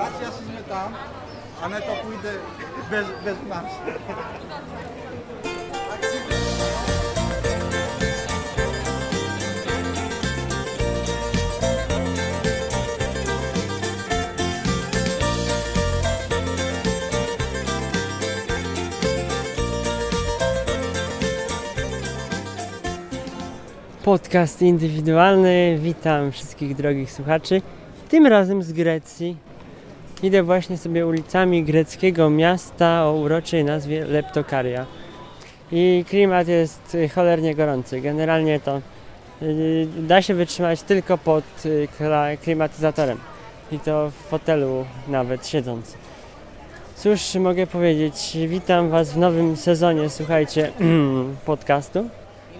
Teraz jesteśmy tam, a na to pójdę bez nas. Podcast indywidualny. Witam wszystkich drogich słuchaczy. Tym razem z Grecji. Idę właśnie sobie ulicami greckiego miasta o uroczej nazwie Leptokaria. I klimat jest cholernie gorący. Generalnie to da się wytrzymać tylko pod klimatyzatorem. I to w fotelu nawet siedząc. Cóż mogę powiedzieć? Witam Was w nowym sezonie, słuchajcie, podcastu.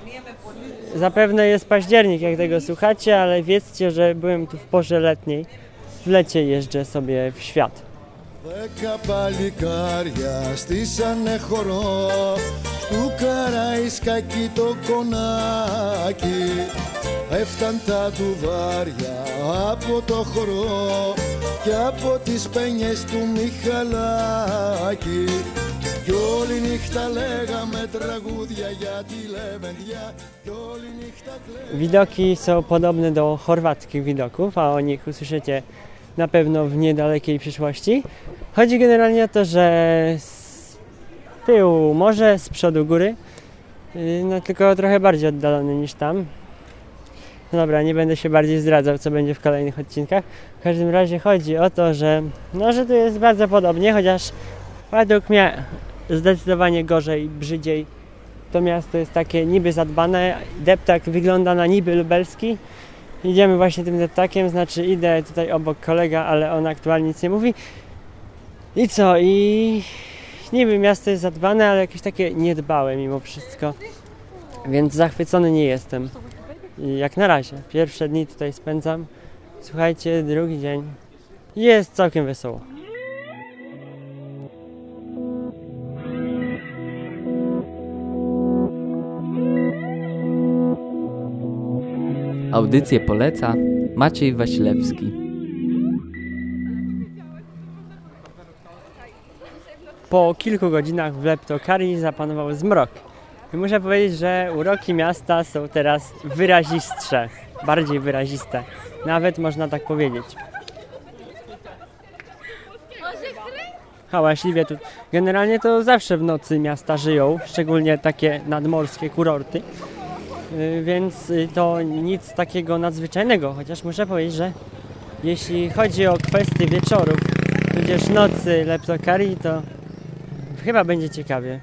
Zapewne jest październik, jak tego słuchacie, ale wiedzcie, że byłem tu w porze letniej. W lecie jeżdżę sobie w świat. Δέκα παλικάρια στήσανε χορό του Καραϊσκάκη το κονάκι. Έφταν τα τουβάρια από το χορό και από τις πένιες του Μιχαλάκη. Κι όλη νύχτα λέγαμε τραγούδια για τη Λεβεντιά. Κι όλη νύχτα κλαίγαμε. Widoki są podobne do chorwackich widoków, a o nich usłyszycie na pewno w niedalekiej przyszłości. Chodzi generalnie o to, że z tyłu morze, z przodu góry, no tylko trochę bardziej oddalony niż tam. No dobra, nie będę się bardziej zdradzał, co będzie w kolejnych odcinkach. W każdym razie chodzi o to, że tu jest bardzo podobnie, chociaż według mnie zdecydowanie gorzej, brzydziej. To miasto jest takie niby zadbane, deptak wygląda na niby lubelski. Idziemy właśnie tym deptakiem, znaczy idę tutaj obok kolega, ale on aktualnie nic nie mówi. I co? I niby miasto jest zadbane, ale jakieś takie niedbałe mimo wszystko. Więc zachwycony nie jestem. I jak na razie. Pierwsze dni tutaj spędzam. Słuchajcie, drugi dzień. Jest całkiem wesoło. Audycję poleca Maciej Wasilewski. Po kilku godzinach w Leptokarii zapanował zmrok. I muszę powiedzieć, że uroki miasta są teraz wyrazistsze, bardziej wyraziste. Nawet można tak powiedzieć. Hałaśliwie tu. Generalnie to zawsze w nocy miasta żyją, szczególnie takie nadmorskie kurorty. Więc to nic takiego nadzwyczajnego, chociaż muszę powiedzieć, że jeśli chodzi o kwestie wieczorów, tudzież nocy Leptokarii, to chyba będzie ciekawie.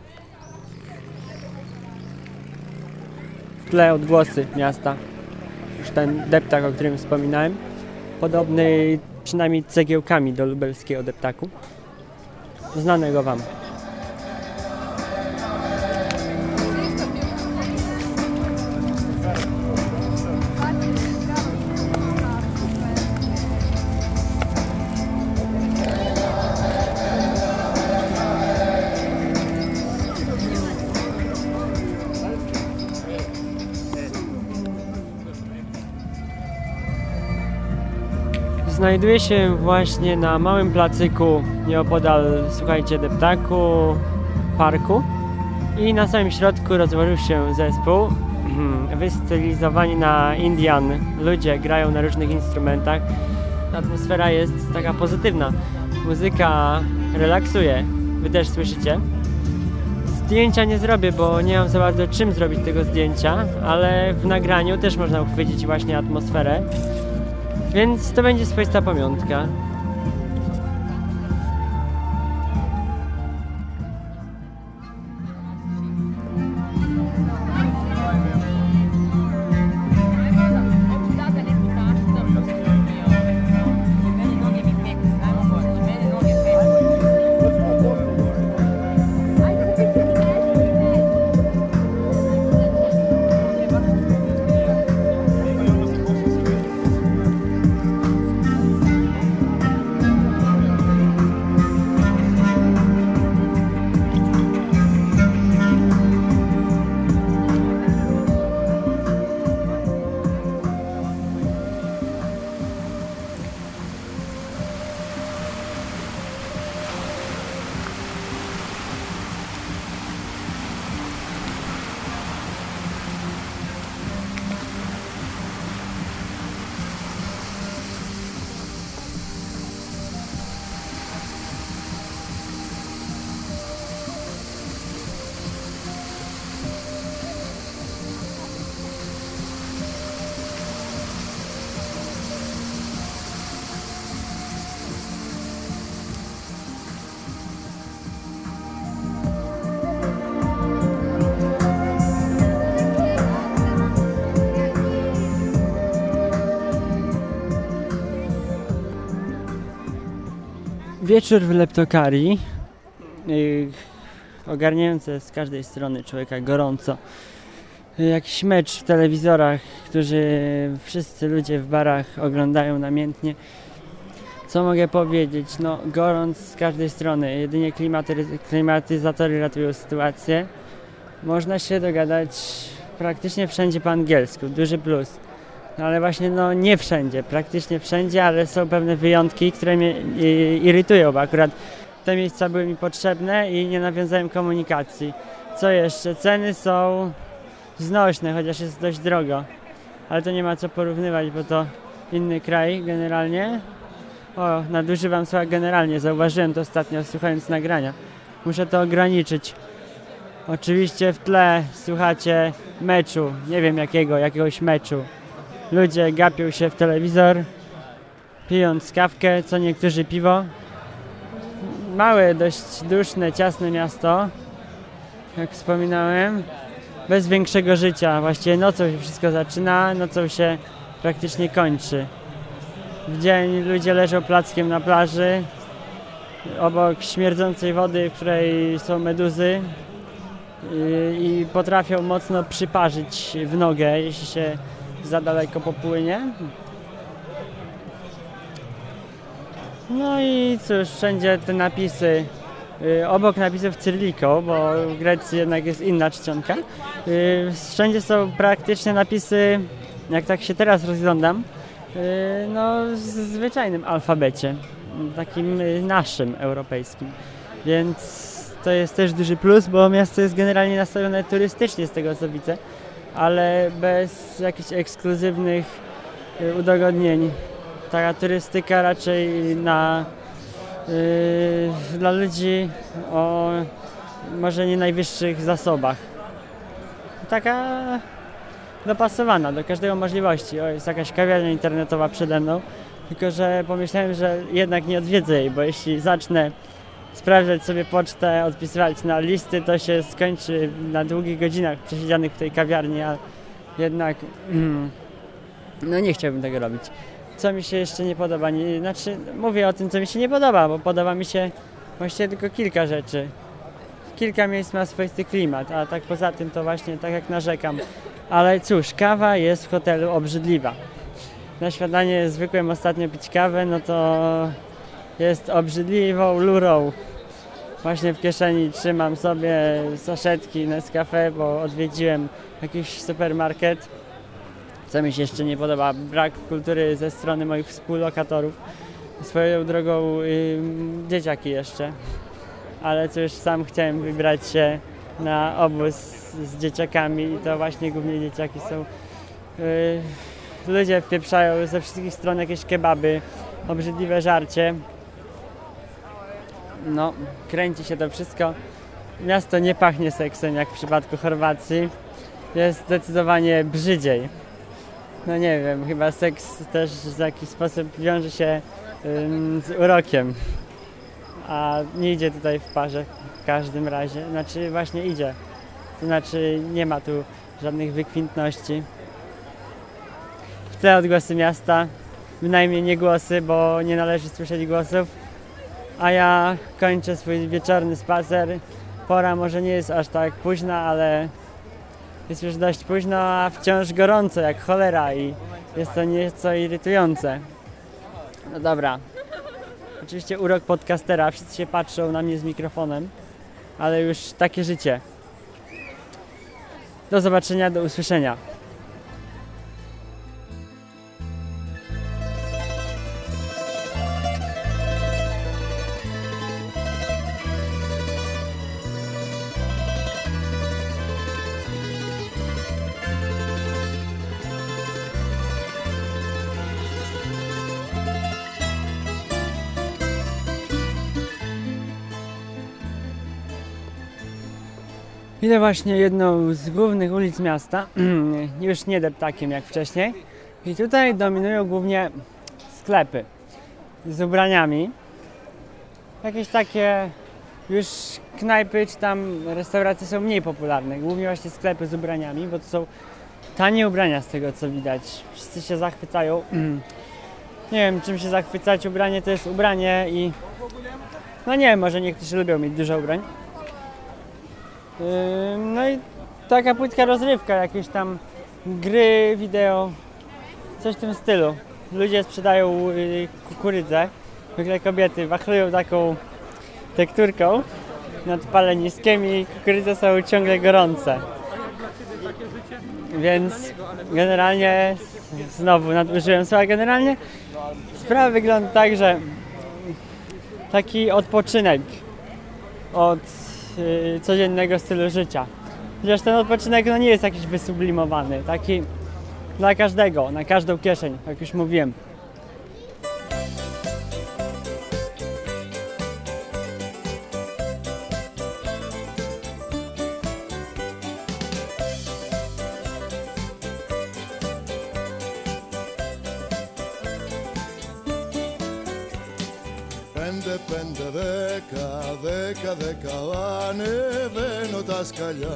W tle odgłosy miasta, już ten deptak, o którym wspominałem, podobny przynajmniej cegiełkami do lubelskiego deptaku, znanego Wam. Znajduję się właśnie na małym placyku nieopodal, słuchajcie, deptaku, parku i na samym środku rozłożył się zespół wystylizowani na Indian. Ludzie grają na różnych instrumentach. Atmosfera jest taka pozytywna. Muzyka relaksuje. Wy też słyszycie? Zdjęcia nie zrobię, bo nie mam za bardzo czym zrobić tego zdjęcia, ale w nagraniu też można uchwycić właśnie atmosferę. Więc to będzie swoista pamiątka. Wieczór w Leptokarii, ogarniające z każdej strony człowieka gorąco. Jakiś mecz w telewizorach, który wszyscy ludzie w barach oglądają namiętnie. Co mogę powiedzieć? No, gorąc z każdej strony. Jedynie klimatyzatory ratują sytuację. Można się dogadać praktycznie wszędzie po angielsku. Duży plus. No, ale właśnie nie wszędzie. Praktycznie wszędzie, ale są pewne wyjątki, które mnie irytują, bo akurat te miejsca były mi potrzebne i nie nawiązałem komunikacji. Co jeszcze? Ceny są znośne, chociaż jest dość drogo. Ale to nie ma co porównywać, bo to inny kraj generalnie. Nadużywam słowa generalnie, zauważyłem to ostatnio słuchając nagrania. Muszę to ograniczyć. Oczywiście w tle słuchacie meczu, nie wiem jakiegoś meczu. Ludzie gapią się w telewizor, pijąc kawkę, co niektórzy piwo. Małe, dość duszne, ciasne miasto, jak wspominałem, bez większego życia. Właściwie nocą się wszystko zaczyna, nocą się praktycznie kończy. W dzień ludzie leżą plackiem na plaży, obok śmierdzącej wody, w której są meduzy i potrafią mocno przyparzyć w nogę, jeśli się za daleko popłynie. No i cóż, wszędzie te napisy, obok napisów cyryliką, bo w Grecji jednak jest inna czcionka, wszędzie są praktycznie napisy, jak tak się teraz rozglądam, w zwyczajnym alfabecie, takim naszym, europejskim. Więc to jest też duży plus, bo miasto jest generalnie nastawione turystycznie z tego co widzę, ale bez jakichś ekskluzywnych udogodnień. Taka turystyka raczej dla ludzi o może nie najwyższych zasobach. Taka dopasowana do każdego możliwości. Jest jakaś kawiarnia internetowa przede mną, tylko że pomyślałem, że jednak nie odwiedzę jej, bo jeśli zacznę sprawdzać sobie pocztę, odpisywać na listy, to się skończy na długich godzinach przesiedzianych w tej kawiarni, a jednak nie chciałbym tego robić. Co mi się jeszcze nie podoba? Mówię o tym, co mi się nie podoba, bo podoba mi się właściwie tylko kilka rzeczy. Kilka miejsc ma swoisty klimat, a tak poza tym to właśnie tak jak narzekam. Ale cóż, kawa jest w hotelu obrzydliwa. Na śniadanie zwykłem ostatnio pić kawę, to jest obrzydliwą lurą. Właśnie w kieszeni trzymam sobie saszetki Nescafe, bo odwiedziłem jakiś supermarket. Co mi się jeszcze nie podoba, brak kultury ze strony moich współlokatorów. Swoją drogą dzieciaki jeszcze. Ale cóż, sam chciałem wybrać się na obóz z dzieciakami i to właśnie głównie dzieciaki są. Ludzie wpieprzają ze wszystkich stron jakieś kebaby, obrzydliwe żarcie. Kręci się to wszystko. Miasto nie pachnie seksem jak w przypadku Chorwacji. Jest zdecydowanie brzydziej. Nie wiem, chyba seks też w jakiś sposób wiąże się z urokiem. A nie idzie tutaj w parze w każdym razie. Właśnie idzie. To znaczy nie ma tu żadnych wykwintności. W tle odgłosy miasta. Bynajmniej nie głosy, bo nie należy słyszeć głosów. A ja kończę swój wieczorny spacer. Pora może nie jest aż tak późna, ale jest już dość późno, a wciąż gorąco jak cholera i jest to nieco irytujące. Dobra. Oczywiście urok podcastera, wszyscy się patrzą na mnie z mikrofonem, ale już takie życie. Do zobaczenia, do usłyszenia. Idę właśnie jedną z głównych ulic miasta, już nie deptakiem jak wcześniej. I tutaj dominują głównie sklepy z ubraniami. Jakieś takie już knajpy czy tam restauracje są mniej popularne. Głównie właśnie sklepy z ubraniami, bo to są tanie ubrania z tego co widać. Wszyscy się zachwycają. Nie wiem czym się zachwycać, ubranie to jest ubranie i No nie wiem, może niektórzy lubią mieć dużo ubrań. No i taka płytka rozrywka, jakieś tam gry, wideo, coś w tym stylu. Ludzie sprzedają kukurydzę, zwykle kobiety wachlują taką tekturką nad paleniskiem i kukurydze są ciągle gorące. Więc generalnie, znowu nadużyłem słowa generalnie, sprawa wygląda tak, że taki odpoczynek od codziennego stylu życia. Chociaż ten odpoczynek nie jest jakiś wysublimowany, taki dla każdego, na każdą kieszeń, jak już mówiłem. Πέντε, δέκα, ανεβαίνω τα σκαλιά.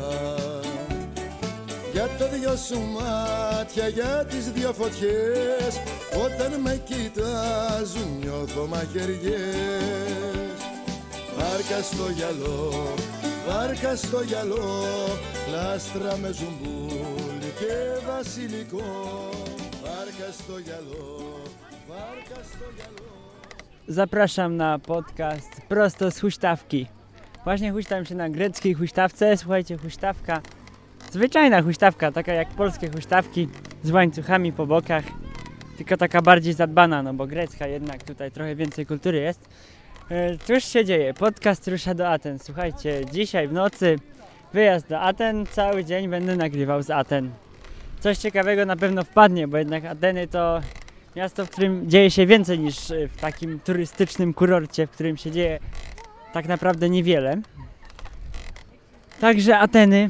Για τα δυο σου μάτια, για τις δυο φωτιές, όταν με κοιτάζουν νιώθω μαχαιριές. Βάρκα στο γυαλό, βάρκα στο γυαλό, λάστρα με ζουμπούλι και βασιλικό. Βάρκα στο γυαλό, βάρκα στο γυαλό. Zapraszam na podcast prosto z huśtawki. Właśnie huśtam się na greckiej huśtawce. Słuchajcie, huśtawka, zwyczajna huśtawka, taka jak polskie huśtawki z łańcuchami po bokach, tylko taka bardziej zadbana, no bo grecka jednak tutaj trochę więcej kultury jest. Cóż się dzieje? Podcast rusza do Aten. Słuchajcie, dzisiaj w nocy wyjazd do Aten, cały dzień będę nagrywał z Aten. Coś ciekawego na pewno wpadnie, bo jednak Ateny to miasto, w którym dzieje się więcej niż w takim turystycznym kurorcie, w którym się dzieje tak naprawdę niewiele. Także Ateny,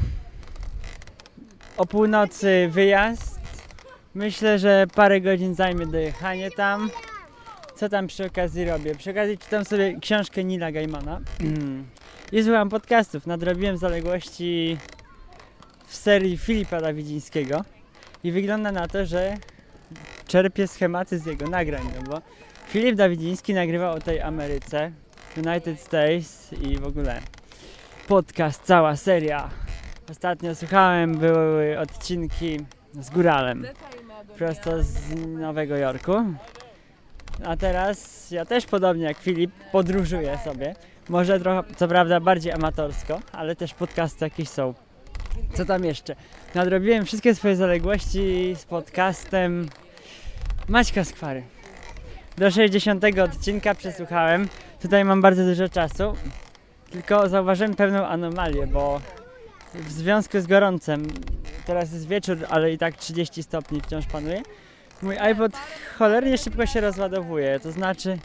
o północy wyjazd. Myślę, że parę godzin zajmie dojechanie tam. Co tam przy okazji robię? Przy okazji czytam sobie książkę Neila Gaimana i słucham podcastów. Nadrobiłem zaległości w serii Filipa Dawidzińskiego i wygląda na to, że czerpię schematy z jego nagrań, no bo Filip Dawidziński nagrywał o tej Ameryce, United States i w ogóle podcast, cała seria. Ostatnio słuchałem, były odcinki z Góralem, prosto z Nowego Jorku. A teraz ja też podobnie jak Filip podróżuję sobie, może trochę, co prawda bardziej amatorsko, ale też podcasty jakieś są. Co tam jeszcze? Nadrobiłem wszystkie swoje zaległości z podcastem Maćka Skwary. Do 60 odcinka przesłuchałem. Tutaj mam bardzo dużo czasu. Tylko zauważyłem pewną anomalię, bo w związku z gorącem, teraz jest wieczór, ale i tak 30 stopni wciąż panuje, mój iPod cholernie szybko się rozładowuje. To znaczy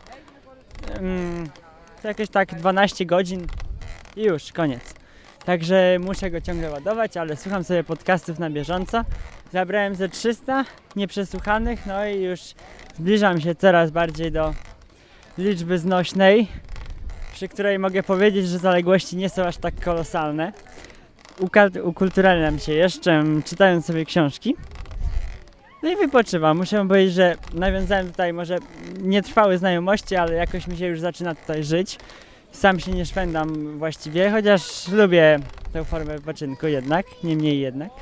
to jakieś tak 12 godzin i już, koniec. Także muszę go ciągle ładować, ale słucham sobie podcastów na bieżąco. Zabrałem ze 300 nieprzesłuchanych, no i już zbliżam się coraz bardziej do liczby znośnej, przy której mogę powiedzieć, że zaległości nie są aż tak kolosalne. Ukulturalniam się jeszcze, czytając sobie książki. No i wypoczywam. Muszę powiedzieć, że nawiązałem tutaj może nietrwałe znajomości, ale jakoś mi się już zaczyna tutaj żyć. Sam się nie szwendam właściwie, chociaż lubię tę formę wypoczynku jednak, niemniej jednak.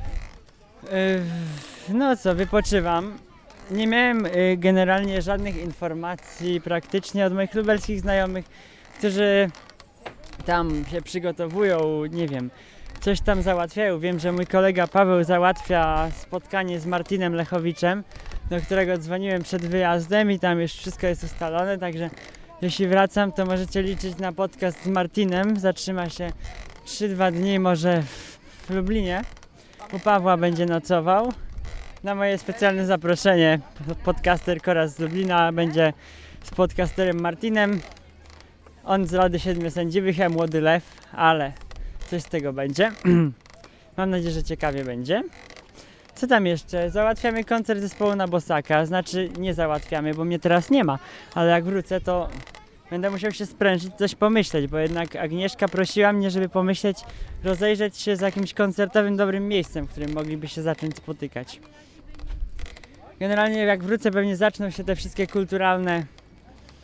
No co, wypoczywam. Nie miałem generalnie żadnych informacji praktycznie od moich lubelskich znajomych, którzy tam się przygotowują, nie wiem, coś tam załatwiają. Wiem, że mój kolega Paweł załatwia spotkanie z Martinem Lechowiczem, do którego dzwoniłem przed wyjazdem i tam już wszystko jest ustalone, także jeśli wracam, to możecie liczyć na podcast z Martinem. Zatrzyma się 3-2 dni może w Lublinie. U Pawła będzie nocował. Na moje specjalne zaproszenie podcaster Koraz z Lublina będzie z podcasterem Martinem. On z Rady Siedmiu Sędziwych, ja Młody Lew, ale coś z tego będzie. Mam nadzieję, że ciekawie będzie. Co tam jeszcze? Załatwiamy koncert zespołu na Bosaka. Znaczy nie załatwiamy, bo mnie teraz nie ma. Ale jak wrócę, to będę musiał się sprężyć, coś pomyśleć, bo jednak Agnieszka prosiła mnie, żeby pomyśleć, rozejrzeć się z jakimś koncertowym, dobrym miejscem, w którym mogliby się zacząć spotykać. Generalnie jak wrócę, pewnie zaczną się te wszystkie kulturalne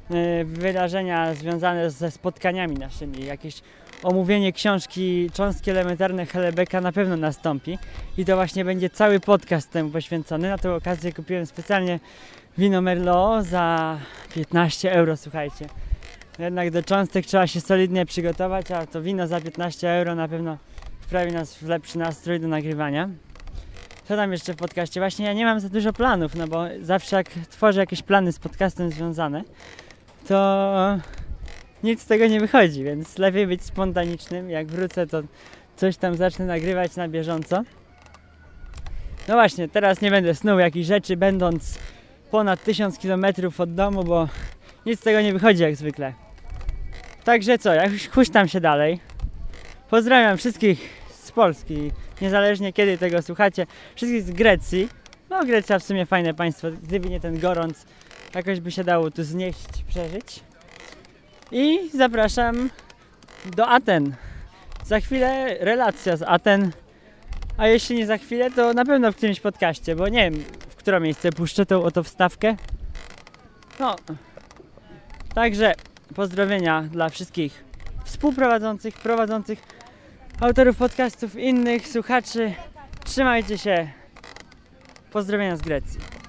wydarzenia związane ze spotkaniami naszymi, jakieś omówienie książki Cząstki elementarne Hellebecka na pewno nastąpi i to właśnie będzie cały podcast temu poświęcony. Na tę okazję kupiłem specjalnie wino Merlot za 15 euro, słuchajcie. Jednak do cząstek trzeba się solidnie przygotować, a to wino za 15 euro na pewno wprawi nas w lepszy nastrój do nagrywania. Co tam jeszcze w podcaście? Właśnie ja nie mam za dużo planów, no bo zawsze jak tworzę jakieś plany z podcastem związane, to nic z tego nie wychodzi, więc lepiej być spontanicznym. Jak wrócę, to coś tam zacznę nagrywać na bieżąco. No właśnie, teraz nie będę snuł jakichś rzeczy, będąc ponad 1000 km od domu, bo nic z tego nie wychodzi jak zwykle. Także co, ja już huśtam się dalej. Pozdrawiam wszystkich z Polski, niezależnie kiedy tego słuchacie, wszystkich z Grecji. No Grecja w sumie fajne państwo, gdyby nie ten gorąc, jakoś by się dało tu znieść, przeżyć. I zapraszam do Aten. Za chwilę relacja z Aten, a jeśli nie za chwilę, to na pewno w którymś podcaście, bo nie wiem, w które miejsce puszczę tą oto wstawkę. No, także pozdrowienia dla wszystkich współprowadzących, prowadzących, autorów podcastów, innych słuchaczy. Trzymajcie się. Pozdrowienia z Grecji.